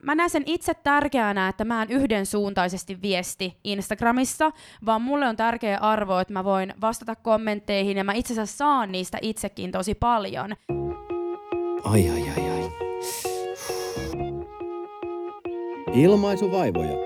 mä näen sen itse tärkeänä, että mä en yhdensuuntaisesti viesti Instagramissa, vaan mulle on tärkeä arvo, että mä voin vastata kommentteihin ja mä itse asiassa saan niistä itsekin tosi paljon. Ai. Ilmaisuvaivoja.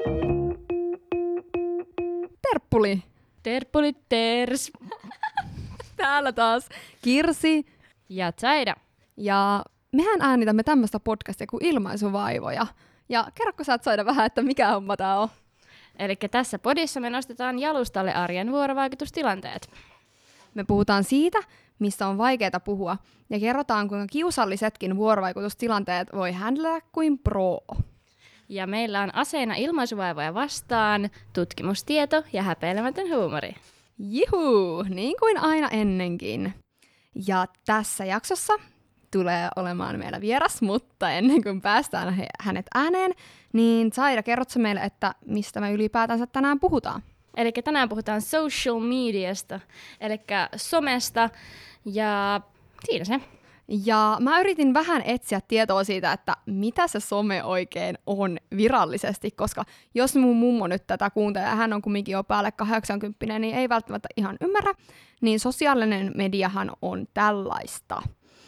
Terppuli. Terppuli ters. Täällä taas Kirsi. Ja Zaida. Ja mehän äänitämme tämmöistä podcastia kuin Ilmaisuvaivoja. Ja kerrokko sä Zaida vähän, että mikä homma tää on? Elikkä tässä podissa me nostetaan jalustalle arjen vuorovaikutustilanteet. Me puhutaan siitä, mistä on vaikeaa puhua, ja kerrotaan, kuinka kiusallisetkin vuorovaikutustilanteet voi handlata kuin pro. Ja meillä on aseena ilmaisuvaivoja vastaan tutkimustieto ja häpeilemätön huumori. Juhuu, niin kuin aina ennenkin. Ja tässä jaksossa tulee olemaan meillä vieras, mutta ennen kuin päästään hänet ääneen, niin Zaida, kerrotko meille, että mistä me ylipäätänsä tänään puhutaan? Eli tänään puhutaan social mediasta, eli somesta, ja siinä se. Ja mä yritin vähän etsiä tietoa siitä, että mitä se some oikein on virallisesti, koska jos mun mummo nyt tätä kuuntelee, ja hän on kumminkin jo päälle 80, niin ei välttämättä ihan ymmärrä, niin sosiaalinen mediahan on tällaista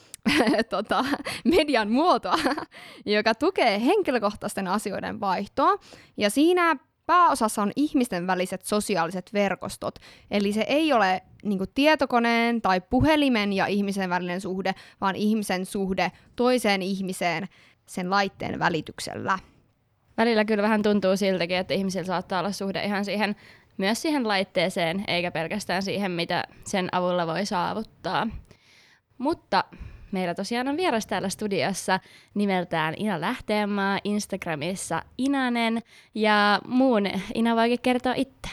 median muotoa, joka tukee henkilökohtaisten asioiden vaihtoa, ja siinä pääosassa on ihmisten väliset sosiaaliset verkostot, eli se ei ole niinku tietokoneen tai puhelimen ja ihmisen välinen suhde, vaan ihmisen suhde toiseen ihmiseen sen laitteen välityksellä. Välillä kyllä vähän tuntuu siltäkin, että ihmisillä saattaa olla suhde ihan myös siihen laitteeseen, eikä pelkästään siihen, mitä sen avulla voi saavuttaa. Mutta meillä tosiaan on vieras täällä studiossa nimeltään Ina Lähteenmaa, Instagramissa Inanen, ja muun Ina voikin kertoa itse.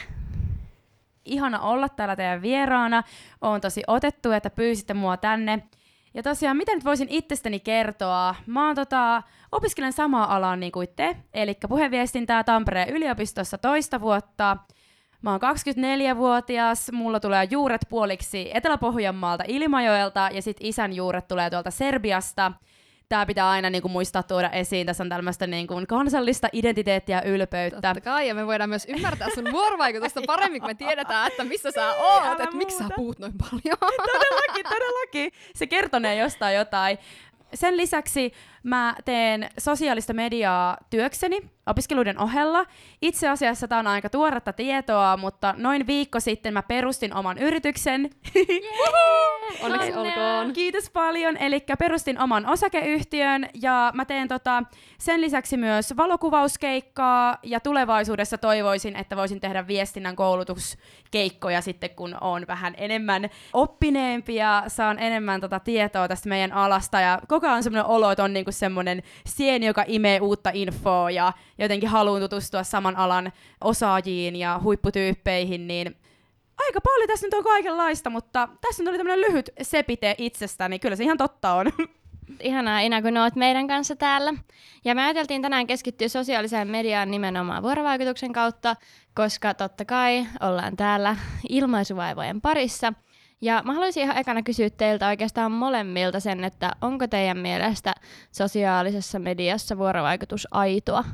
Ihana olla täällä teidän vieraana. Oon tosi otettu, että pyysitte mua tänne. Ja tosiaan, mitä nyt voisin itsestäni kertoa? Mä oon opiskelen samaa alaa niin kuin te, eli puheviestintää Tampereen yliopistossa 2 vuotta. Mä oon 24-vuotias, mulla tulee juuret puoliksi Etelä-Pohjanmaalta Ilmajoelta ja sit isän juuret tulee tuolta Serbiasta. Tää pitää aina muistaa tuoda esiin, tässä on tällaista kansallista identiteettiä ja ylpeyttä. Totta kai, ja me voidaan myös ymmärtää sun vuorovaikutusta paremmin, kun me tiedetään, että missä sä oot, että miksi sä puhut noin paljon. Todellakin. Se kertonee jostain jotain. Sen lisäksi mä teen sosiaalista mediaa työkseni opiskeluiden ohella. Itse asiassa tää on aika tuoretta tietoa, mutta noin viikko sitten mä perustin oman yrityksen. Onneksi olkoon. Kiitos paljon. Eli perustin oman osakeyhtiön ja mä teen sen lisäksi myös valokuvauskeikkaa ja tulevaisuudessa toivoisin, että voisin tehdä viestinnän koulutuskeikkoja sitten, kun oon vähän enemmän oppineempi ja saan enemmän tietoa tästä meidän alasta ja koko ajan semmoinen olo, että on semmoinen sieni, joka imee uutta infoa ja jotenkin haluan tutustua saman alan osaajiin ja huipputyyppeihin, niin aika paljon tässä nyt on kaikenlaista, mutta tässä nyt oli tämmöinen lyhyt sepite itsestäni, kyllä se ihan totta on. Ihanaa Ina, kun oot meidän kanssa täällä. Ja me ajateltiin tänään keskittyä sosiaaliseen mediaan nimenomaan vuorovaikutuksen kautta, koska totta kai ollaan täällä ilmaisuvaivojen parissa. Ja mä haluaisin ihan ekana kysyä teiltä oikeastaan molemmilta sen, että onko teidän mielestä sosiaalisessa mediassa vuorovaikutus aitoa?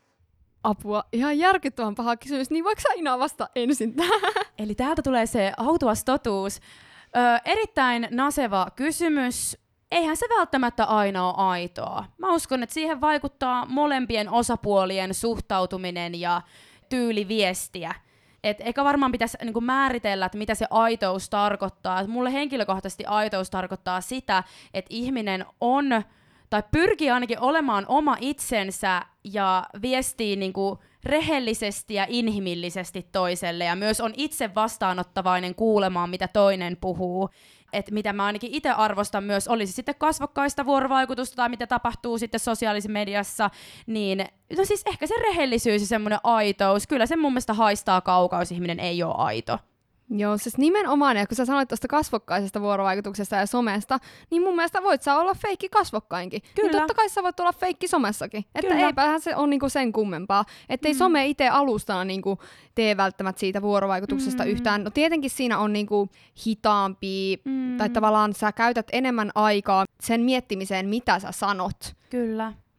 Apua, ihan järkyttävän paha kysymys, niin voiko sä Ina vasta ensin tähän? Eli täältä tulee se autuas totuus. Erittäin naseva kysymys. Eihän se välttämättä aina ole aitoa. Mä uskon, että siihen vaikuttaa molempien osapuolien suhtautuminen ja tyyli viestiä. Eikä varmaan pitäisi määritellä, että mitä se aitous tarkoittaa. Et mulle henkilökohtaisesti aitous tarkoittaa sitä, että ihminen on, tai pyrkii ainakin olemaan oma itsensä ja viestii rehellisesti ja inhimillisesti toiselle. Ja myös on itse vastaanottavainen kuulemaan, mitä toinen puhuu. Et mitä mä ainakin itse arvostan myös, olisi sitten kasvokkaista vuorovaikutusta tai mitä tapahtuu sitten sosiaalisessa mediassa, niin no siis ehkä se rehellisyys ja semmoinen aitous, kyllä se mun mielestä haistaa kaukaa, jos ihminen ei ole aito. Joo, siis nimenomaan, ja kun sä sanoit tuosta kasvokkaisesta vuorovaikutuksesta ja somesta, niin mun mielestä voit sä olla feikki kasvokkainkin. Kyllä. Niin totta kai sä voit olla feikki somessakin. Että eipähän se ole sen kummempaa. Että ei some itse alustana tee välttämättä siitä vuorovaikutuksesta yhtään. No tietenkin siinä on hitaampi, tai tavallaan sä käytät enemmän aikaa sen miettimiseen, mitä sä sanot. Kyllä.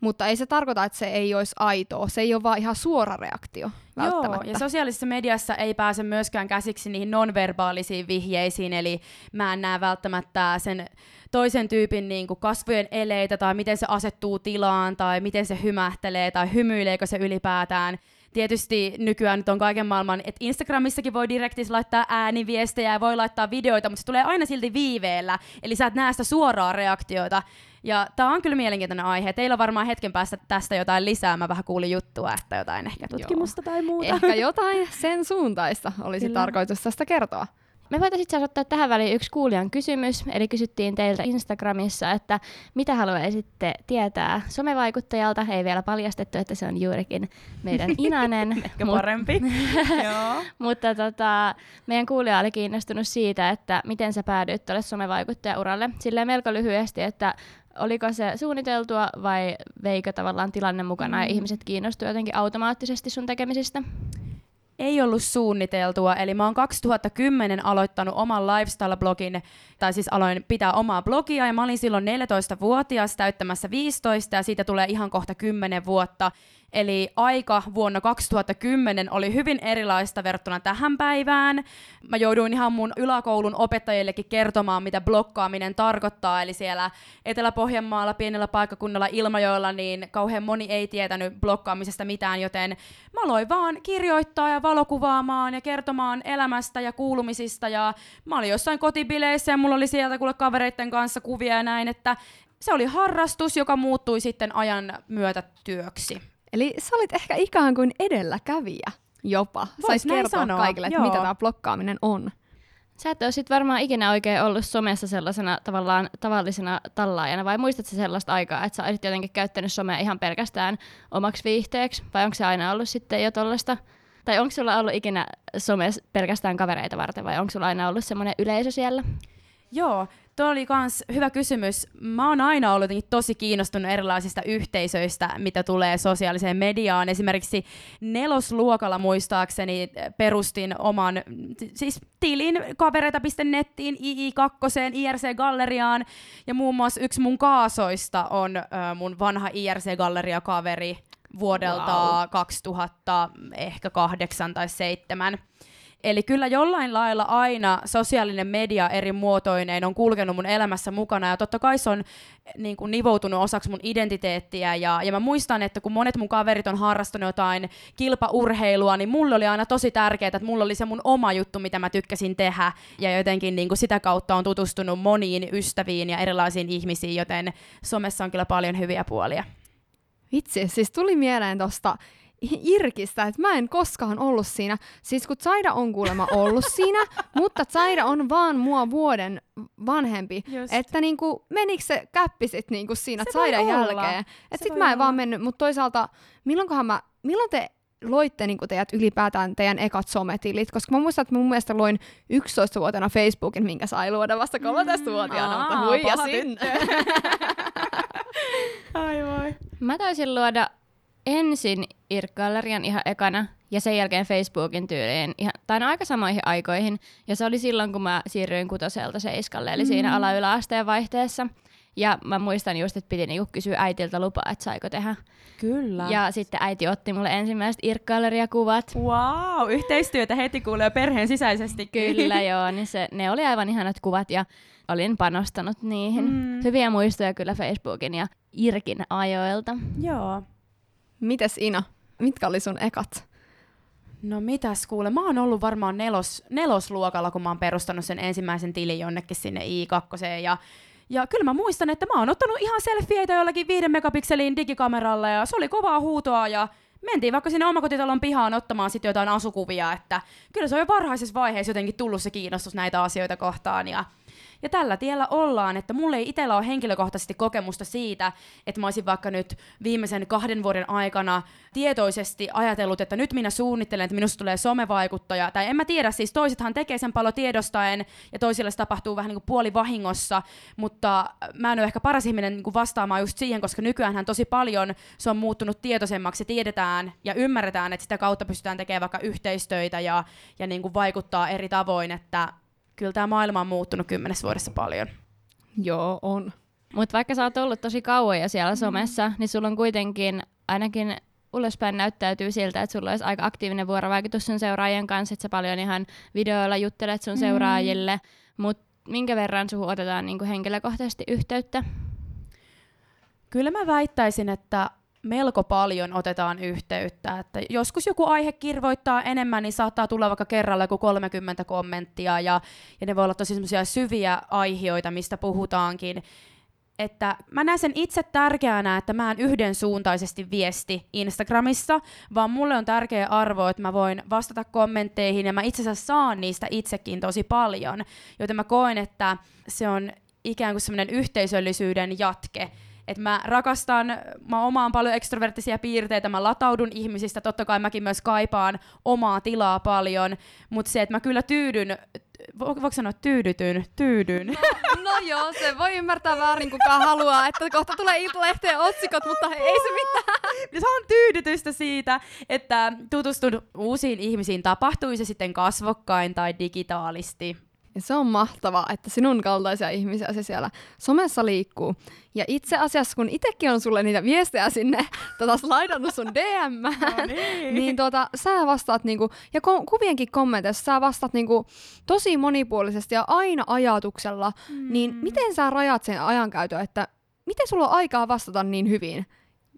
mutta ei se tarkoita, että se ei olisi aitoa. Se ei ole vaan ihan suora reaktio välttämättä. Joo, ja sosiaalisessa mediassa ei pääse myöskään käsiksi niihin nonverbaalisiin vihjeisiin, eli mä en näe välttämättä sen toisen tyypin niin kuin kasvojen eleitä, tai miten se asettuu tilaan, tai miten se hymähtelee, tai hymyileekö se ylipäätään. Tietysti nykyään nyt on kaiken maailman, että Instagramissakin voi direktissä laittaa ääniviestejä ja voi laittaa videoita, mutta se tulee aina silti viiveellä, eli sä et näe sitä suoraa reaktiota. Ja tää on kyllä mielenkiintoinen aihe. Teillä on varmaan hetken päästä tästä jotain lisää. Mä vähän kuulin juttua, että jotain ehkä tutkimusta tai muuta. Ehkä jotain sen suuntaista olisi tarkoitus tästä kertoa. Me voitaisiin itse asiassa ottaa tähän väliin yksi kuulijan kysymys, eli kysyttiin teiltä Instagramissa, että mitä haluaisitte tietää somevaikuttajalta. Ei vielä paljastettu, että se on juurikin meidän Inanen. Ehkä parempi. Joo. Mutta meidän kuulija oli kiinnostunut siitä, että miten sä päädyit tuolle somevaikuttajauralle. Silleen melko lyhyesti, että oliko se suunniteltua vai veikö tavallaan tilanne mukana ja ihmiset kiinnostuivat jotenkin automaattisesti sun tekemisistä? Ei ollut suunniteltua, eli mä oon 2010 aloittanut oman lifestyle-blogin, tai siis aloin pitää omaa blogia, ja mä olin silloin 14-vuotias täyttämässä 15, ja siitä tulee ihan kohta 10 vuotta. Eli aika vuonna 2010 oli hyvin erilaista verrattuna tähän päivään. Mä jouduin ihan mun yläkoulun opettajillekin kertomaan, mitä blokkaaminen tarkoittaa. Eli siellä Etelä-Pohjanmaalla, pienellä paikkakunnalla Ilmajoella, niin kauhean moni ei tietänyt blokkaamisesta mitään, joten mä aloin vaan kirjoittaa ja valokuvaamaan ja kertomaan elämästä ja kuulumisista. Ja mä olin jossain kotibileissä ja mulla oli sieltä kuule kavereitten kanssa kuvia ja näin, että se oli harrastus, joka muuttui sitten ajan myötä työksi. Eli sä olit ehkä ikään kuin edelläkävijä jopa. Sais kertoa sanoa kaikille, että mitä tämä blokkaaminen on. Sä et ole sit varmaan ikinä oikein ollut somessa sellaisena tavallaan tavallisena tallaajana, vai muistatko sellaista aikaa, että sä olisit jotenkin käyttänyt somea ihan pelkästään omaksi viihteeksi, vai onko se aina ollut sitten jo tollaista? Tai onko sulla ollut ikinä somessa pelkästään kavereita varten, vai onko sulla aina ollut semmoinen yleisö siellä? Joo, tuo oli kans hyvä kysymys. Mä oon aina ollut tosi kiinnostunut erilaisista yhteisöistä, mitä tulee sosiaaliseen mediaan. Esimerkiksi 4. muistaakseni perustin oman siis tilin kavereita.nettiin, II2, IRC-galleriaan, ja muun muassa yksi mun kaasoista on mun vanha IRC-galleria-kaveri vuodelta 2008 tai 2007. Eli kyllä jollain lailla aina sosiaalinen media eri muotoineen on kulkenut mun elämässä mukana, ja totta kai se on niin kuin nivoutunut osaksi mun identiteettiä, ja mä muistan, että kun monet mun kaverit on harrastanut jotain kilpaurheilua, niin mulle oli aina tosi tärkeää, että mulla oli se mun oma juttu, mitä mä tykkäsin tehdä, ja jotenkin niin kuin sitä kautta on tutustunut moniin ystäviin ja erilaisiin ihmisiin, joten somessa on kyllä paljon hyviä puolia. Vitsi, siis tuli mieleen tosta Irkistä, että mä en koskaan ollut siinä. Siis kun Zaida on kuulemma ollut siinä, mutta Zaida on vaan mua vuoden vanhempi. Just. Että niinku, menikö se käppi sit niinku siinä Zaidan jälkeen? Että sit mä en vaan mennyt, mutta toisaalta milloin te loitte niinku teidät ylipäätään teidän ekat sometilit? Koska mä muistan, että mun mielestä loin 11-vuotiaana Facebookin, minkä sai luoda vasta 13-vuotiaana, mutta huija sinne. Ai voi. Mä taisin luoda ensin IRC-gallerian ihan ekana ja sen jälkeen Facebookin tyyliin, tai aika samoihin aikoihin. Ja se oli silloin, kun mä siirryin 6-7, eli siinä ala-yläasteen vaihteessa. Ja mä muistan just, että piti niinku kysyä äitiltä lupaa, että saiko tehdä. Kyllä. Ja sitten äiti otti mulle ensimmäiset IRC-galleriakuvat. Wow, yhteistyötä heti kuulee perheen sisäisesti. Kyllä joo, niin ne oli aivan ihanat kuvat ja olin panostanut niihin. Hyviä muistoja kyllä Facebookin ja IRCin ajoilta. Joo. Mites Ina? Mitkä oli sun ekat? No mitäs kuule, mä oon ollut varmaan nelosluokalla, kun mä oon perustanut sen ensimmäisen tilin jonnekin sinne I2. Ja kyllä mä muistan, että mä oon ottanut ihan selfieitä jollakin 5 megapikselin digikameralla, ja se oli kovaa huutoa, ja mentiin vaikka sinne omakotitalon pihaan ottamaan sitten jotain asukuvia, että kyllä se on jo varhaisessa vaiheessa jotenkin tullut se kiinnostus näitä asioita kohtaan, ja tällä tiellä ollaan, että mulla ei itsellä ole henkilökohtaisesti kokemusta siitä, että mä olisin vaikka nyt viimeisen 2 vuoden aikana tietoisesti ajatellut, että nyt minä suunnittelen, että minusta tulee somevaikuttaja. Tai en mä tiedä, siis toisethan tekee sen paljon tiedostaen ja toisille se tapahtuu vähän niin kuin puolivahingossa, mutta mä en ole ehkä paras ihminen niin kuin vastaamaan just siihen, koska nykyäänhän tosi paljon se on muuttunut tietoisemmaksi, tiedetään ja ymmärretään, että sitä kautta pystytään tekemään vaikka yhteistöitä ja niin kuin vaikuttaa eri tavoin, että kyllä tämä maailma on muuttunut 10 vuodessa paljon. Joo, on. Mutta vaikka sä oot ollut tosi kauan jo siellä somessa, niin sulla on kuitenkin ainakin ulospäin näyttäytyy siltä, että sulla olisi aika aktiivinen vuorovaikutus sun seuraajien kanssa, että sä paljon ihan videoilla juttelet sun seuraajille, mutta minkä verran suhun otetaan niinku henkilökohtaisesti yhteyttä? Kyllä mä väittäisin, että melko paljon otetaan yhteyttä. Että joskus joku aihe kirvoittaa enemmän, niin saattaa tulla vaikka kerralla joku 30 kommenttia, ja ne voi olla tosi semmoisia syviä aiheita, mistä puhutaankin. Että mä näen sen itse tärkeänä, että mä en yhdensuuntaisesti viesti Instagramissa, vaan mulle on tärkeä arvo, että mä voin vastata kommentteihin, ja mä itse asiassa saan niistä itsekin tosi paljon, joten mä koen, että se on ikään kuin semmoinen yhteisöllisyyden jatke. Että mä omaan paljon ekstroverttisia piirteitä, mä lataudun ihmisistä, totta kai mäkin myös kaipaan omaa tilaa paljon, mutta se, että mä kyllä voiko sanoa tyydyn? No joo, se voi ymmärtää väärin kukaan haluaa, että kohta tulee Iltalehteen otsikot, mutta ei se mitään. Se on tyydytystä siitä, että tutustun uusiin ihmisiin, tapahtui se sitten kasvokkain tai digitaalisti. Ja se on mahtavaa, että sinun kaltaisia ihmisiä se siellä somessa liikkuu. Ja itse asiassa, kun itsekin on sulle niitä viestejä sinne slaidannut sun DM-ään, niin sä vastaat niinku, ja kuvienkin kommenteissa sä vastaat niinku tosi monipuolisesti ja aina ajatuksella, niin miten sä rajat sen ajankäytön, että miten sulla on aikaa vastata niin hyvin?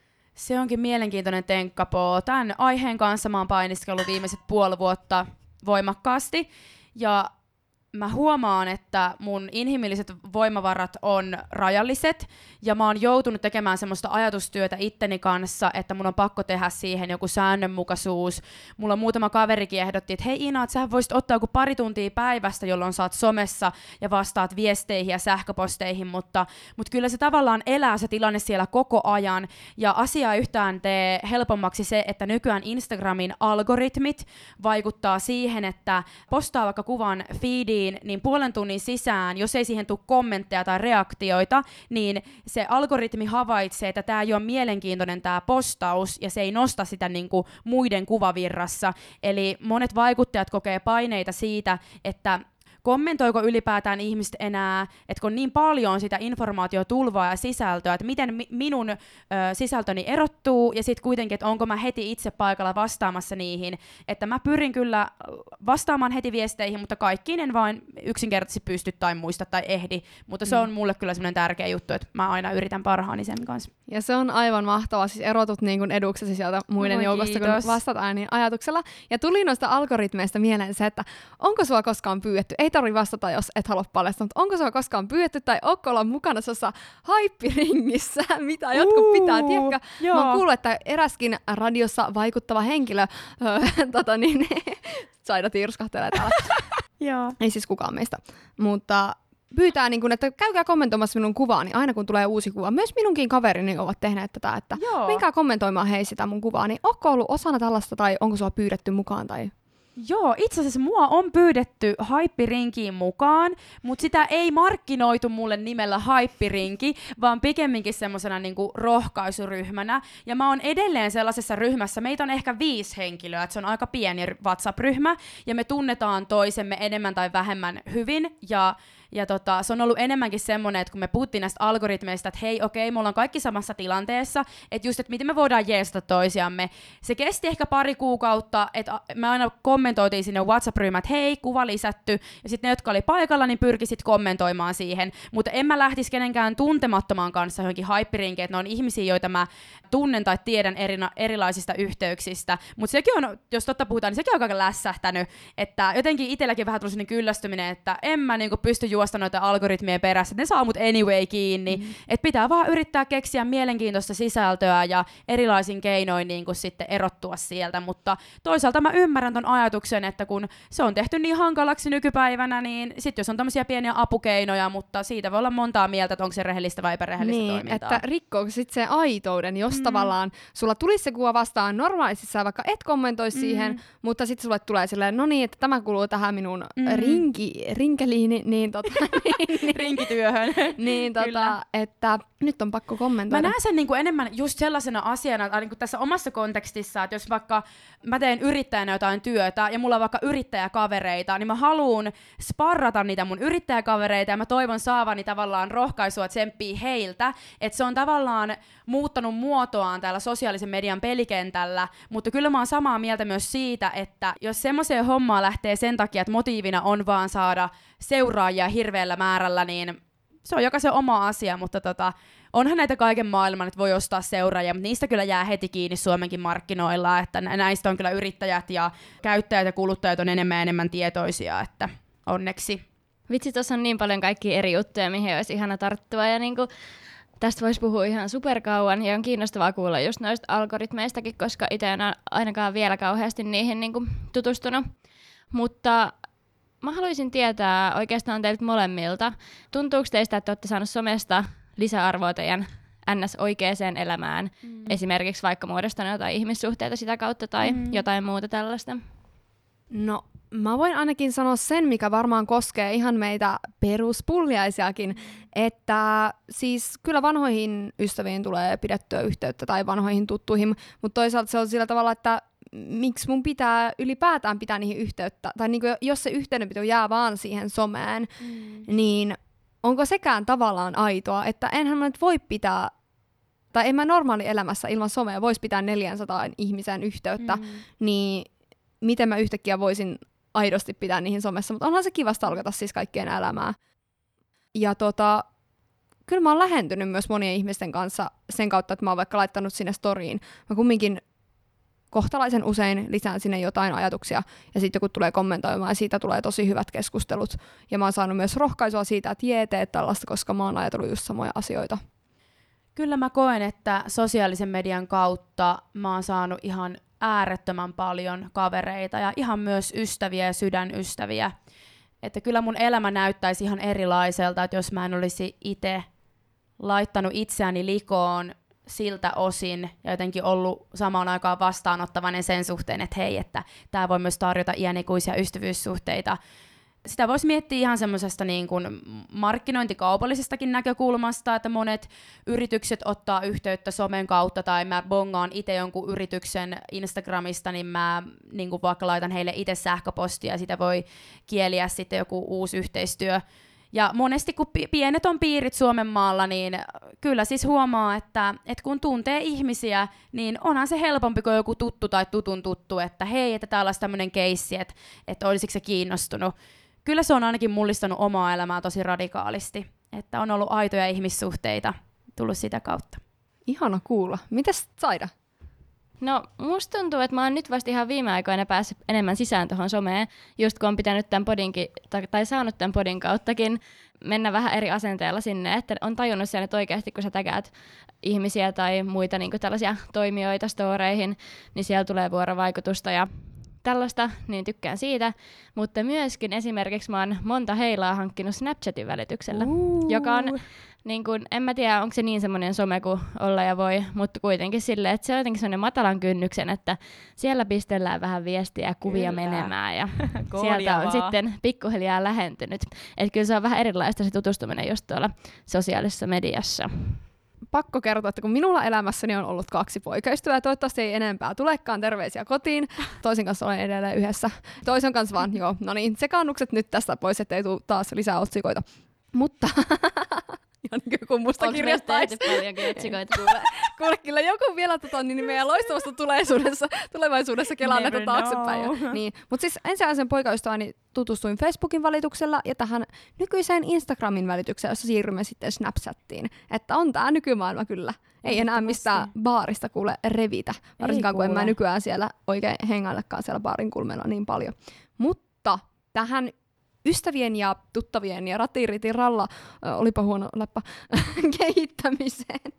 Se onkin mielenkiintoinen tenkkapoo. Tämän aiheen kanssa mä oon painiskellut viimeiset puoli vuotta voimakkaasti, ja mä huomaan, että mun inhimilliset voimavarat on rajalliset, ja mä oon joutunut tekemään semmoista ajatustyötä itteni kanssa, että mun on pakko tehdä siihen joku säännönmukaisuus. Mulla muutama kaverikin ehdotti, että hei Iina, että sä voisit ottaa joku pari tuntia päivästä, jolloin sä oot somessa ja vastaat viesteihin ja sähköposteihin, mutta kyllä se tavallaan elää se tilanne siellä koko ajan, ja asiaa yhtään tee helpommaksi se, että nykyään Instagramin algoritmit vaikuttaa siihen, että postaa vaikka kuvan feediin, niin puolen tunnin sisään, jos ei siihen tule kommentteja tai reaktioita, niin se algoritmi havaitsee, että tämä ei ole mielenkiintoinen tämä postaus, ja se ei nosta sitä niin kuin muiden kuvavirrassa. Eli monet vaikuttajat kokee paineita siitä, että kommentoiko ylipäätään ihmiset enää, että kun niin paljon sitä informaatiotulvaa ja sisältöä, että miten minun sisältöni erottuu, ja sitten kuitenkin, että onko mä heti itse paikalla vastaamassa niihin, että mä pyrin kyllä vastaamaan heti viesteihin, mutta kaikkiin en vain yksinkertaisesti pysty tai muista tai ehdi, mutta se on mulle kyllä semmoinen tärkeä juttu, että mä aina yritän parhaani sen kanssa. Ja se on aivan mahtavaa, siis erotut niin kuin eduksesi sieltä muiden joukosta, kun vastataan niin ajatuksella. Ja tuli noista algoritmeista mieleen se, että onko sua koskaan pyydetty, ei tarvitse vastata, jos et halua paljastaa, mutta onko sua koskaan pyydetty tai onko olla mukana tuossa haippiringissä, mitä jotkut pitää, tiedätkö? Mä oon kuullut, että eräskin radiossa vaikuttava henkilö, Saida tiirskahtelee täällä, ei siis kukaan meistä, mutta pyytää, niin kun, että käykää kommentoimassa minun kuvaani aina kun tulee uusi kuva. Myös minunkin kaverini ovat tehneet tätä, että menkää kommentoimaan hei sitä mun kuvaa. Niin onko ollut osana tällaista tai onko sua pyydetty mukaan? Tai... Joo, itse asiassa mua on pyydetty haippirinkiin mukaan, mutta sitä ei markkinoitu mulle nimellä haippirinki, vaan pikemminkin semmoisena niinku rohkaisuryhmänä. Ja mä oon edelleen sellaisessa ryhmässä, meitä on ehkä 5 henkilöä, että se on aika pieni WhatsApp-ryhmä, ja me tunnetaan toisemme enemmän tai vähemmän hyvin, ja se on ollut enemmänkin semmoinen, että kun me puhuttiin näistä algoritmeista, että hei, okei, me ollaan kaikki samassa tilanteessa, että just, että miten me voidaan jeesata toisiamme. Se kesti ehkä pari kuukautta, että me aina kommentoitiin sinne WhatsApp-ryhmään, että hei, kuva lisätty, ja sitten ne, jotka oli paikalla, niin pyrkisit kommentoimaan siihen, mutta en mä lähtisi kenenkään tuntemattoman kanssa johonkin haippirinkiin, että ne on ihmisiä, joita mä tunnen tai tiedän erilaisista yhteyksistä, mutta sekin on, jos totta puhutaan, niin sekin on aika lässähtänyt, että jotenkin itselläkin vähän tullut sellainen kyllästyminen, että en mä niinku pysty juosta noita algoritmien perässä, että ne saa mut anyway kiinni, että pitää vaan yrittää keksiä mielenkiintoista sisältöä ja erilaisin keinoin niin kuin sitten erottua sieltä, mutta toisaalta mä ymmärrän ton ajatuksen, että kun se on tehty niin hankalaksi nykypäivänä, niin sit jos on tämmöisiä pieniä apukeinoja, mutta siitä voi olla montaa mieltä, että onko se rehellistä vai epärehellistä toimintaa. Että rikkooko sit se aitouden, jos tavallaan sulla tulisi se kuva vastaan normaalisti sä vaikka et kommentoisi siihen, mutta sitten sulle tulee silleen, no niin, että tämä kuuluu tähän minun rinkeliini, niin rinkityöhön. Niin, Kyllä. että nyt on pakko kommentoida. Mä näen sen niinku enemmän just sellaisena asiana niinku tässä omassa kontekstissa, että jos vaikka mä teen yrittäjänä jotain työtä ja mulla on vaikka yrittäjäkavereita, niin mä haluun sparrata niitä mun yrittäjäkavereita ja mä toivon saavani tavallaan rohkaisua tsemppii heiltä, että se on tavallaan muuttanut muotoaan täällä sosiaalisen median pelikentällä, mutta kyllä mä oon samaa mieltä myös siitä, että jos semmoiseen hommaan lähtee sen takia, että motiivina on vaan saada seuraajia hirveällä määrällä, niin se on jokaisen oma asia, mutta onhan näitä kaiken maailman, että voi ostaa seuraajia, mutta niistä kyllä jää heti kiinni Suomenkin markkinoilla, että näistä on kyllä yrittäjät ja käyttäjät ja kuluttajat on enemmän ja enemmän tietoisia, että onneksi. Vitsi, tuossa on niin paljon kaikkia eri juttuja, mihin olisi ihana tarttua ja niinku, tästä voisi puhua ihan superkauan ja on kiinnostavaa kuulla just noista algoritmeistakin, koska itse en ole ainakaan vielä kauheasti niihin niinku tutustunut. Mutta mä haluaisin tietää oikeastaan teiltä molemmilta, tuntuuko teistä, että olette saaneet somesta lisäarvoa teidän NS-oikeaan elämään, esimerkiksi vaikka muodostanut jotain ihmissuhteita sitä kautta tai jotain muuta tällaista? No, mä voin ainakin sanoa sen, mikä varmaan koskee ihan meitä peruspulliaisiakin, että siis kyllä vanhoihin ystäviin tulee pidettyä yhteyttä tai vanhoihin tuttuihin, mutta toisaalta se on sillä tavalla, että miksi mun pitää ylipäätään pitää niihin yhteyttä, tai niin kuin jos se yhteydenpito jää vaan siihen someen, niin onko sekään tavallaan aitoa, että enhän mä nyt voi pitää, tai en mä normaalielämässä ilman somea voisi pitää 400 ihmisen yhteyttä, niin miten mä yhtäkkiä voisin aidosti pitää niihin somessa, mutta onhan se kiva stalkata siis kaikkien elämää. Ja kyllä mä oon lähentynyt myös monien ihmisten kanssa sen kautta, että mä oon vaikka laittanut sinne storyin. Mä kumminkin kohtalaisen usein lisään sinne jotain ajatuksia, ja sitten joku tulee kommentoimaan, ja siitä tulee tosi hyvät keskustelut. Ja mä oon saanut myös rohkaisua siitä, että teet tällaista, koska mä oon ajatellut just samoja asioita. Kyllä mä koen, että sosiaalisen median kautta mä oon saanut ihan äärettömän paljon kavereita ja ihan myös ystäviä ja sydänystäviä. Että kyllä mun elämä näyttäisi ihan erilaiselta, että jos mä en olisi itse laittanut itseäni likoon siltä osin ja jotenkin ollut samaan aikaan vastaanottavainen sen suhteen, että hei, että tää voi myös tarjota iänikuisia ystävyyssuhteita. Sitä voisi miettiä ihan semmoisesta niin kuin markkinointikaupallisestakin näkökulmasta, että monet yritykset ottaa yhteyttä somen kautta, tai mä bongaan itse jonkun yrityksen Instagramista, niin mä niin kuin vaikka laitan heille itse sähköpostia, ja sitä voi kieliä sitten joku uusi yhteistyö. Ja monesti kun pienet on piirit Suomen maalla, niin kyllä siis huomaa, että kun tuntee ihmisiä, niin onhan se helpompi kuin joku tuttu tai tutun tuttu, että hei, että täällä olisi tämmöinen keissi, että olisiko se kiinnostunut. Kyllä se on ainakin mullistanut omaa elämää tosi radikaalisti, että on ollut aitoja ihmissuhteita tullut sitä kautta. Ihana kuulla. Mitäs Saida? No, musta tuntuu, että mä oon nyt vasta ihan viime aikoina päässyt enemmän sisään tuohon someen, just kun on pitänyt tämän podinkin, tai saanut tämän podin kauttakin mennä vähän eri asenteella sinne, että on tajunnut sen, että oikeasti kun sä täkäät ihmisiä tai muita niin kuin tällaisia toimijoita storeihin, niin siellä tulee vuorovaikutusta ja tällaista, niin tykkään siitä, mutta myöskin esimerkiksi mä oon monta heilaa hankkinut Snapchatin välityksellä, joka on, niin kun, en mä tiedä, onko se niin semmoinen some kuin olla ja voi, mutta kuitenkin silleen, että se on jotenkin semmoinen matalan kynnyksen, että siellä pistellään vähän viestiä ja kuvia menemään ja sieltä on sitten pikkuhiljaa lähentynyt. Että kyllä se on vähän erilaista se tutustuminen just tuolla sosiaalisessa mediassa. Pakko kertoa, että kun minulla elämässäni on ollut 2 poikaystävää, toivottavasti ei enempää tulekaan, terveisiä kotiin. Toisen kanssa olen edelleen yhdessä. Toisen kanssa vaan, joo, no niin, sekaannukset nyt tästä pois, ettei tule taas lisää otsikoita. Mutta, ihan niin kuin musta kirjoittaisi. Onko paljonkin otsikoita? Kuule, kyllä joku vielä niin meidän loistavasta tulevaisuudessa kelaan näitä taaksepäin. Niin. Mutta siis ensimmäisen poikaystäväni tutustuin Facebookin välityksellä ja tähän nykyiseen Instagramin välityksellä, jossa siirrymme sitten Snapchattiin. Että on tää nykymaailma kyllä. Ei enää mistään baarista kuule revitä, varsinkaan kun en mä nykyään siellä oikein hengaillekaan siellä baarin kulmella niin paljon. Mutta tähän ystävien ja tuttavien ja ralla, olipa huono läppä, kehittämiseen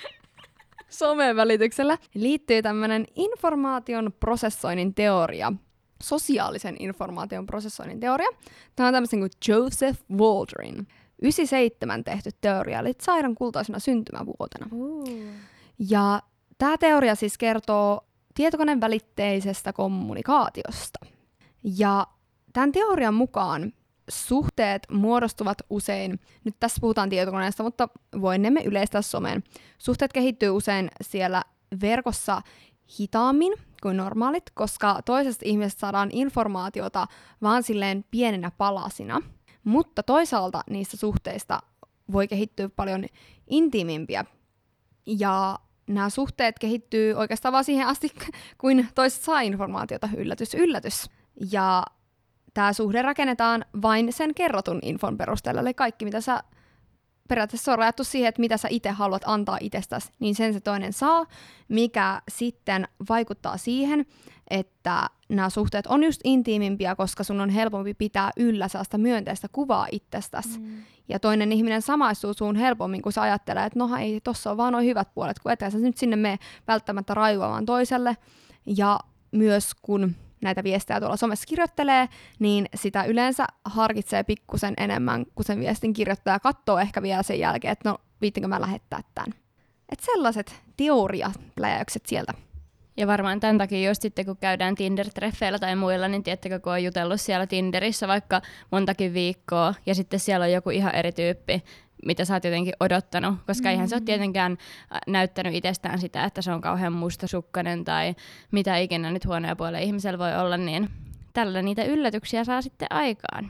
somen välityksellä liittyy tämmöinen informaation prosessoinnin teoria, sosiaalisen informaation prosessoinnin teoria. Tämä on tämmöisen kuin Joseph Waldrin 97 tehty teoria, eli Saidan kultaisena syntymävuotena. Ja tämä teoria siis kertoo tietokoneen välitteisestä kommunikaatiosta. Ja tämän teorian mukaan suhteet muodostuvat usein, nyt tässä puhutaan tietokoneesta, mutta voinemme yleistää someen. Suhteet kehittyy usein siellä verkossa hitaammin kuin normaalit, koska toisesta ihmisestä saadaan informaatiota vaan silleen pienenä palasina. Mutta toisaalta niistä suhteista voi kehittyä paljon intiimimpiä. Ja nämä suhteet kehittyy oikeastaan vaan siihen asti, kun toiset saa informaatiota, yllätys. Ja tämä suhde rakennetaan vain sen kerrotun infon perusteella, eli kaikki mitä sä periaatteessa on rajattu siihen, että mitä sä itse haluat antaa itsestäsi, niin sen se toinen saa, mikä sitten vaikuttaa siihen, että nämä suhteet on just intiimimpiä, koska sun on helpompi pitää yllä sellaista myönteistä kuvaa itsestäsi. Ja toinen ihminen samaistuu suun helpommin, kun sä ajattelee, että no ei, tossa on vaan nuo hyvät puolet, kun etkä sä nyt sinne mene välttämättä raivoamaan toiselle. Ja myös kun näitä viestejä tuolla somessa kirjoittelee, niin sitä yleensä harkitsee pikkusen enemmän, kun sen viestin kirjoittaja katsoo ehkä vielä sen jälkeen, että no viittinkö mä lähettää tämän. Että sellaiset teoriapläjäykset sieltä. Ja varmaan tämän takia just sitten, kun käydään Tinder-treffeillä tai muilla, niin tiedättekö, kun on jutellut siellä Tinderissä vaikka montakin viikkoa, ja sitten siellä on joku ihan eri tyyppi, mitä sä oot jotenkin odottanut, koska eihän se ole tietenkään näyttänyt itsestään sitä, että se on kauhean mustasukkainen tai mitä ikinä nyt huonoja puolia ihmisellä voi olla, niin tällä niitä yllätyksiä saa sitten aikaan.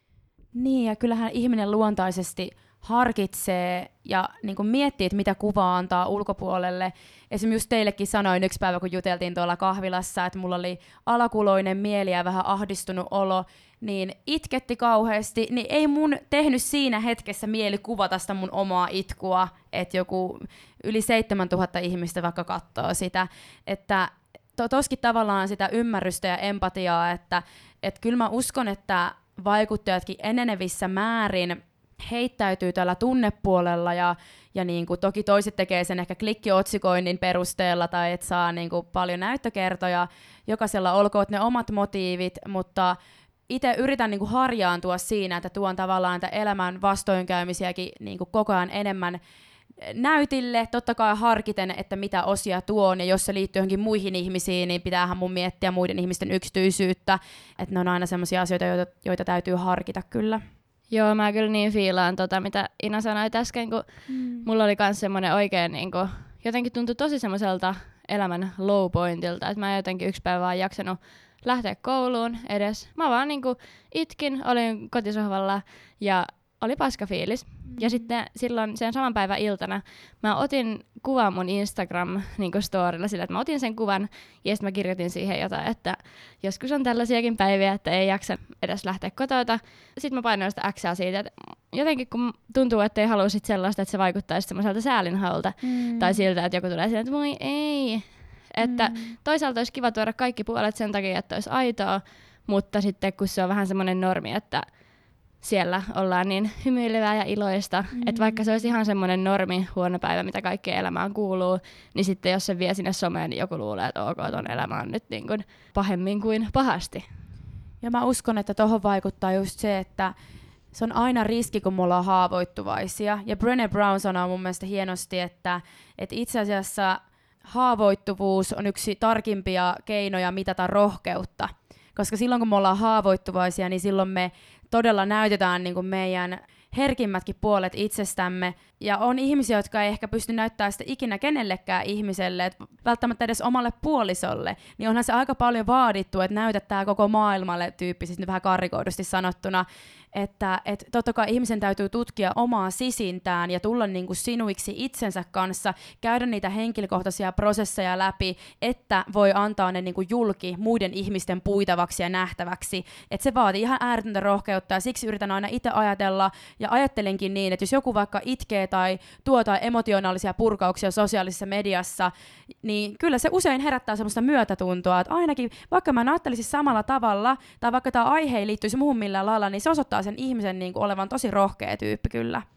Niin, ja kyllähän ihminen luontaisesti harkitsee ja niin kuin miettii, että mitä kuvaa antaa ulkopuolelle. Esimerkiksi just teillekin sanoin yksi päivä, kun juteltiin tuolla kahvilassa, että mulla oli alakuloinen mieli ja vähän ahdistunut olo, niin itketti kauheasti, niin ei mun tehnyt siinä hetkessä mieli kuvata sitä mun omaa itkua, että joku yli 7000 ihmistä vaikka katsoo sitä, että toskin tavallaan sitä ymmärrystä ja empatiaa, että kyllä mä uskon, että vaikuttajatkin enenevissä määrin heittäytyy tällä tunnepuolella ja niin kuin toki toiset tekee sen ehkä klikkiotsikoinnin perusteella tai et saa niin kuin paljon näyttökertoja. Jokaisella olkoon ne omat motiivit, mutta itse yritän niin kuin harjaantua siinä, että tuon tavallaan elämän vastoinkäymisiäkin niin kuin koko ajan enemmän näytille, totta kai harkiten, että mitä osia tuon, ja jos se liittyy johonkin muihin ihmisiin, niin pitäähän mun miettiä muiden ihmisten yksityisyyttä, että ne on aina sellaisia asioita, joita täytyy harkita kyllä. Joo, mä kyllä niin fiilaan mitä Ina sanoi äsken, kun mulla oli myös semmoinen oikein, niin kuin, jotenkin tuntui tosi semmoiselta elämän low pointilta, että mä en jotenkin yksi päivä vaan jaksanut lähteä kouluun edes. Mä vaan niin kuin itkin, olin kotisohvalla ja oli paska fiilis. Ja sitten silloin sen saman päivän iltana mä otin kuvan mun Instagram-storilla sillä, että mä otin sen kuvan ja sitten mä kirjoitin siihen jotain, että joskus on tällaisiakin päiviä, että ei jaksa edes lähteä kotota. Sitten mä painoin sitä Xää siitä, että jotenkin kun tuntuu, että ei halua sit sellaista, että se vaikuttaisi semmoiselta säälinhaulta tai siltä, että joku tulee silleen, että voi ei. Että toisaalta olisi kiva tuoda kaikki puolet sen takia, että olisi aitoa, mutta sitten kun se on vähän semmoinen normi, että siellä ollaan niin hymyilevää ja iloista, että vaikka se olisi ihan semmoinen normi huono päivä, mitä kaikkeen elämään kuuluu, niin sitten jos se vie sinne someen, niin joku luulee, että ok, ton elämä on nyt niin kuin pahemmin kuin pahasti. Ja mä uskon, että tohon vaikuttaa just se, että se on aina riski, kun me ollaan haavoittuvaisia. Ja Brené Brown sanoo mun mielestä hienosti, että itse asiassa haavoittuvuus on yksi tarkimpia keinoja mitata rohkeutta. Koska silloin, kun me ollaan haavoittuvaisia, niin silloin me todella näytetään niin kuin meidän herkimmätkin puolet itsestämme. Ja on ihmisiä, jotka ei ehkä pysty näyttämään sitä ikinä kenellekään ihmiselle, että välttämättä edes omalle puolisolle. Niin onhan se aika paljon vaadittu, että näytetään koko maailmalle tyyppisesti, nyt vähän karrikoidusti sanottuna, että totta kai ihmisen täytyy tutkia omaa sisintään ja tulla niin kuin sinuiksi itsensä kanssa, käydä niitä henkilökohtaisia prosesseja läpi, että voi antaa ne niin kuin julki muiden ihmisten puitavaksi ja nähtäväksi. Että se vaatii ihan ääretöntä rohkeutta ja siksi yritän aina itse ajatella ja ajattelenkin niin, että jos joku vaikka itkee tai tuo jotain emotionaalisia purkauksia sosiaalisessa mediassa, niin kyllä se usein herättää semmoista myötätuntoa, että ainakin vaikka mä en ajattelisi samalla tavalla tai vaikka tämä aihe ei liittyisi muuhun millään lailla, niin se osoittaa sen ihmisen niin kuin olevan tosi rohkea tyyppi kyllä.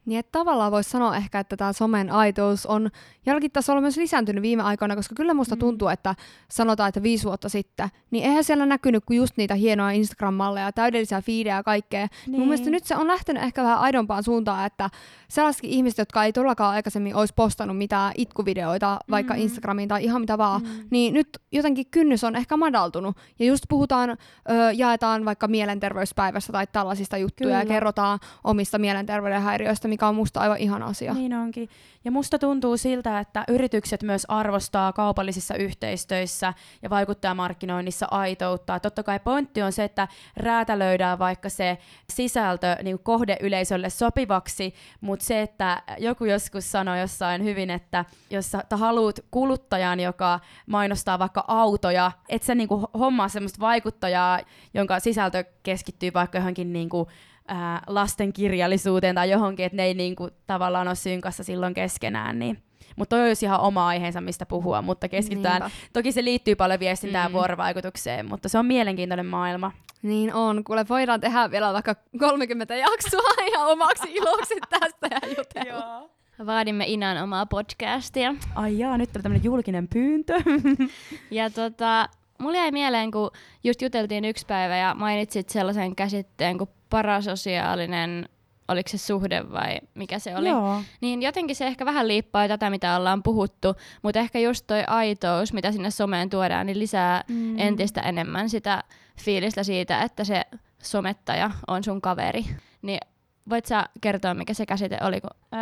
Niin että tavallaan voisi sanoa ehkä, että tämä somen aitous on jollakin tasolla myös lisääntynyt viime aikoina, koska kyllä musta tuntuu, että sanotaan, että 5 vuotta sitten, niin eihän siellä näkynyt kuin just niitä hienoja Instagram-malleja, täydellisiä fiidejä ja kaikkea. Niin. Mun mielestä nyt se on lähtenyt ehkä vähän aidompaan suuntaan, että sellaisetkin ihmiset, jotka ei todellakaan aikaisemmin olisi postannut mitään itkuvideoita vaikka Instagramiin tai ihan mitä vaan, niin nyt jotenkin kynnys on ehkä madaltunut. Ja just puhutaan, jaetaan vaikka mielenterveyspäivästä tai tällaisista juttuja ja kerrotaan omista mielenterveyden häiriöistä, mikä on musta aivan ihana asia. Niin onkin. Ja musta tuntuu siltä, että yritykset myös arvostaa kaupallisissa yhteistöissä ja vaikuttajamarkkinoinnissa aitoutta. Totta kai pointti on se, että räätälöidään vaikka se sisältö niin kohdeyleisölle sopivaksi, mutta se, että joku joskus sanoi jossain hyvin, että jos sä haluat kuluttajan, joka mainostaa vaikka autoja, et sä niin hommaa semmoista vaikuttajaa, jonka sisältö keskittyy vaikka johonkin niin lastenkirjallisuuteen tai johonkin, että ne ei niinku tavallaan ole synkassa silloin keskenään. Niin. Mutta toi olisi ihan oma aiheensa, mistä puhua, mutta keskitytään. Niinpä. Toki se liittyy paljon viestintään ja vuorovaikutukseen, mutta se on mielenkiintoinen maailma. Niin on. Kuule, voidaan tehdä vielä vaikka 30 jaksoa ihan omaksi iloksi tästä ja jutella. Vaadimme Inan omaa podcastia. Ai jaa, nyt on tämmöinen julkinen pyyntö. Ja mulla jäi mieleen, kun just juteltiin yksi päivä ja mainitsit sellaisen käsitteen kuin parasosiaalinen, oliko se suhde vai mikä se oli, niin jotenkin se ehkä vähän liippaa tätä, mitä ollaan puhuttu, mutta ehkä just toi aitous, mitä sinne someen tuodaan, niin lisää entistä enemmän sitä fiilistä siitä, että se somettaja on sun kaveri. Niin voit sä kertoa, mikä se käsite oli?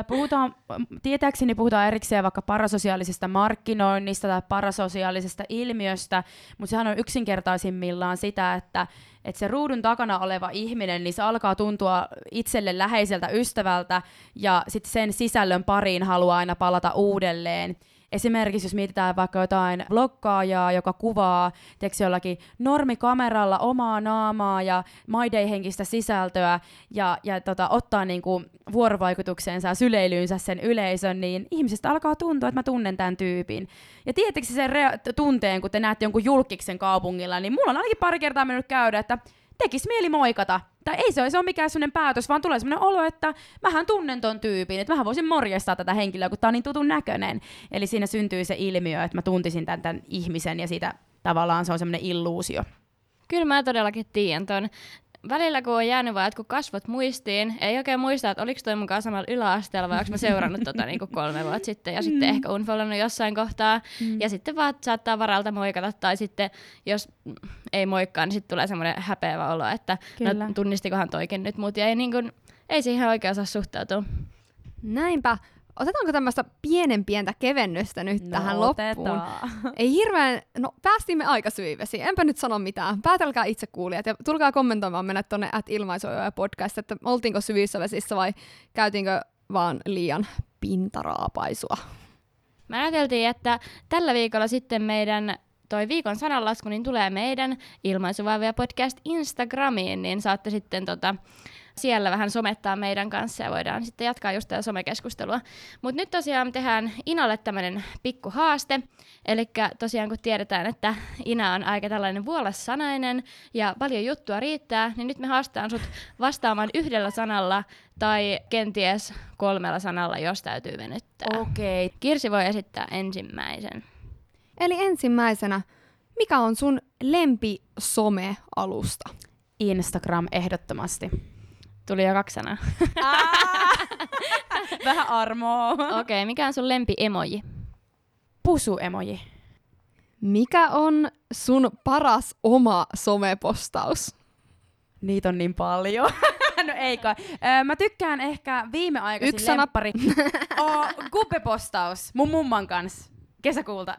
Tietääkseni puhutaan erikseen vaikka parasosiaalisesta markkinoinnista tai parasosiaalisesta ilmiöstä, mutta sehän on yksinkertaisimmillaan sitä, että se ruudun takana oleva ihminen, niin se alkaa tuntua itselle läheiseltä ystävältä ja sitten sen sisällön pariin haluaa aina palata uudelleen. Esimerkiksi jos mietitään vaikka jotain vloggaajaa, joka kuvaa jollakin normikameralla omaa naamaa ja My Day-henkistä sisältöä ja ottaa niinku vuorovaikutukseensa ja syleilyynsä sen yleisön, niin ihmisestä alkaa tuntua, että mä tunnen tämän tyypin. Ja tietysti sen tunteen, kun te näette jonkun julkiksen kaupungilla, niin mulla on ainakin pari kertaa mennyt käydä, että tekis mieli moikata. Tai ei se ole mikään sellainen päätös, vaan tulee sellainen olo, että mähän tunnen ton tyypin, että mähän voisin morjestaa tätä henkilöä, kun tää on niin tutun näköinen. Eli siinä syntyy se ilmiö, että mä tuntisin tämän ihmisen ja siitä tavallaan se on semmoinen illuusio. Kyllä mä todellakin tiedän ton. Välillä kun on jäänyt vaan jotkut kasvot muistiin, ei oikein muista, että oliko toi mukaan samalla yläasteella vai onko mä seurannut niinku 3 vuotta sitten ja sitten ehkä unfollannut jossain kohtaa. Ja sitten vaan saattaa varalta moikata tai sitten jos ei moikkaa, niin sitten tulee semmoinen häpeävä olo, että no, tunnistikohan toikin nyt mut ja ei siihen oikein osaa suhtautua. Näinpä. Otetaanko tämmöistä pienenpientä kevennystä nyt tähän loppuun? Ei hirveän, päästimme aika syviksi. Enpä nyt sano mitään. Päätelkää itse kuulijat ja tulkaa kommentoimaan mennä tonne @ilmaisuoja podcast, että oltiinko syvissä vesissä vai käytiinkö vaan liian pintaraapaisua. Me ajateltiin, että tällä viikolla sitten meidän toi viikon sananlasku niin tulee meidän Ilmaisuvaivoja podcast Instagramiin, niin saatte sitten siellä vähän somettaa meidän kanssa ja voidaan sitten jatkaa just tätä somekeskustelua. Mutta nyt tosiaan tehdään Inalle tämmöinen pikku haaste. Eli tosiaan kun tiedetään, että Ina on aika tällainen vuolassanainen ja paljon juttua riittää, niin nyt me haastetaan sut vastaamaan 1 sanalla tai kenties 3 sanalla, jos täytyy venyttää. Okei. Kirsi voi esittää ensimmäisen. Eli ensimmäisenä, mikä on sun lempi some-alusta? Instagram ehdottomasti. Tuli jo 2 sanaa. Vähän armoa. Okei, mikä on sun lempi emoji? Pusu-emoji. Mikä on sun paras oma somepostaus? Niitä on niin paljon. No ei kai. Mä tykkään ehkä viimeaikaisin 1 sana. lemppari. Gubbe-postaus mun mumman kanssa. Kesäkuulta.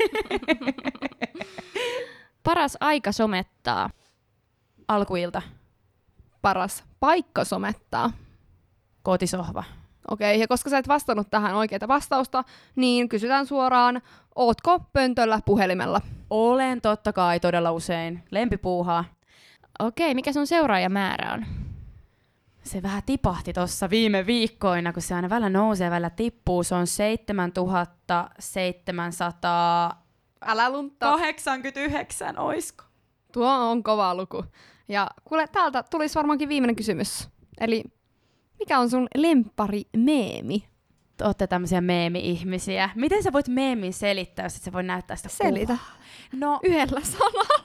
Paras aika somettaa? Alkuilta. Paras paikka somettaa? Kotisohva. Okei, ja koska sä et vastannut tähän oikeaa vastausta, niin kysytään suoraan, ootko pöntöllä puhelimella? Olen totta kai todella usein. Lempipuuhaa. Okei, mikä sun seuraajamäärä on? Se vähän tipahti tossa viime viikkoina, kun se aina välillä nousee, välillä tippuu. Se on 7700... Älä luntta. 89, oisko? Tuo on kova luku. Ja kuule, täältä tulisi varmaankin viimeinen kysymys. Eli Mikä on sun lemppari meemi? Ootte tämmöisiä meemi-ihmisiä. Miten sä voit meemin selittää, jos et sä voi näyttää sitä Selitä. kuvaa? No, Yhdellä sanalla.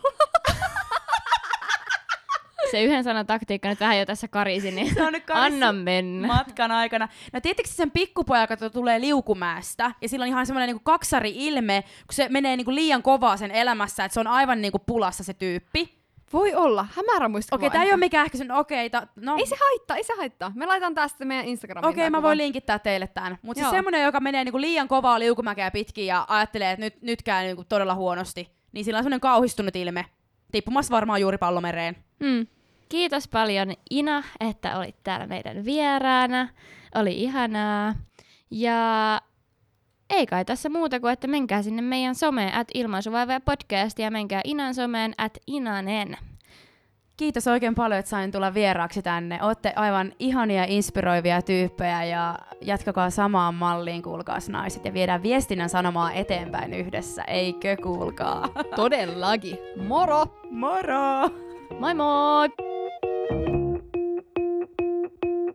Se yhden sanan taktiikka nyt vähän jo tässä karisi, niin se on nyt karissa anna mennä. matkan aikana. No tiedättekö sen pikkupoja, joka tulee liukumäestä, ja sillä on ihan semmoinen niinku kaksari-ilme, kun se menee niinku liian kovaa sen elämässä, että se on aivan niinku pulassa se tyyppi. Voi olla. Hämärä muistikuva. Okei, tää ei ole mikään ehkä sen, no. Ei se haittaa. Me laitan tästä meidän Instagramiin. Okei, mä voin linkittää teille tän. Mutta siis semmonen, joka menee niinku liian kovaa liukumäkeä pitkin ja ajattelee, että nyt käy niinku todella huonosti, niin sillä on semmonen kauhistunut ilme. Tippumassa varmaan juuri pallomereen. Kiitos paljon Ina, että olit täällä meidän vieraana. Oli ihanaa. Ja ei kai tässä muuta kuin, että menkää sinne meidän someen @ilmaisuvaivoja podcast ja menkää Inan someen @inanen. Kiitos oikein paljon, että sain tulla vieraaksi tänne. Ootte aivan ihania, inspiroivia tyyppejä ja jatkakaa samaan malliin, kuulkaas naiset, ja viedään viestinnän sanomaa eteenpäin yhdessä, eikö kuulkaa? Todellakin. Moro! Moro! Moi moi!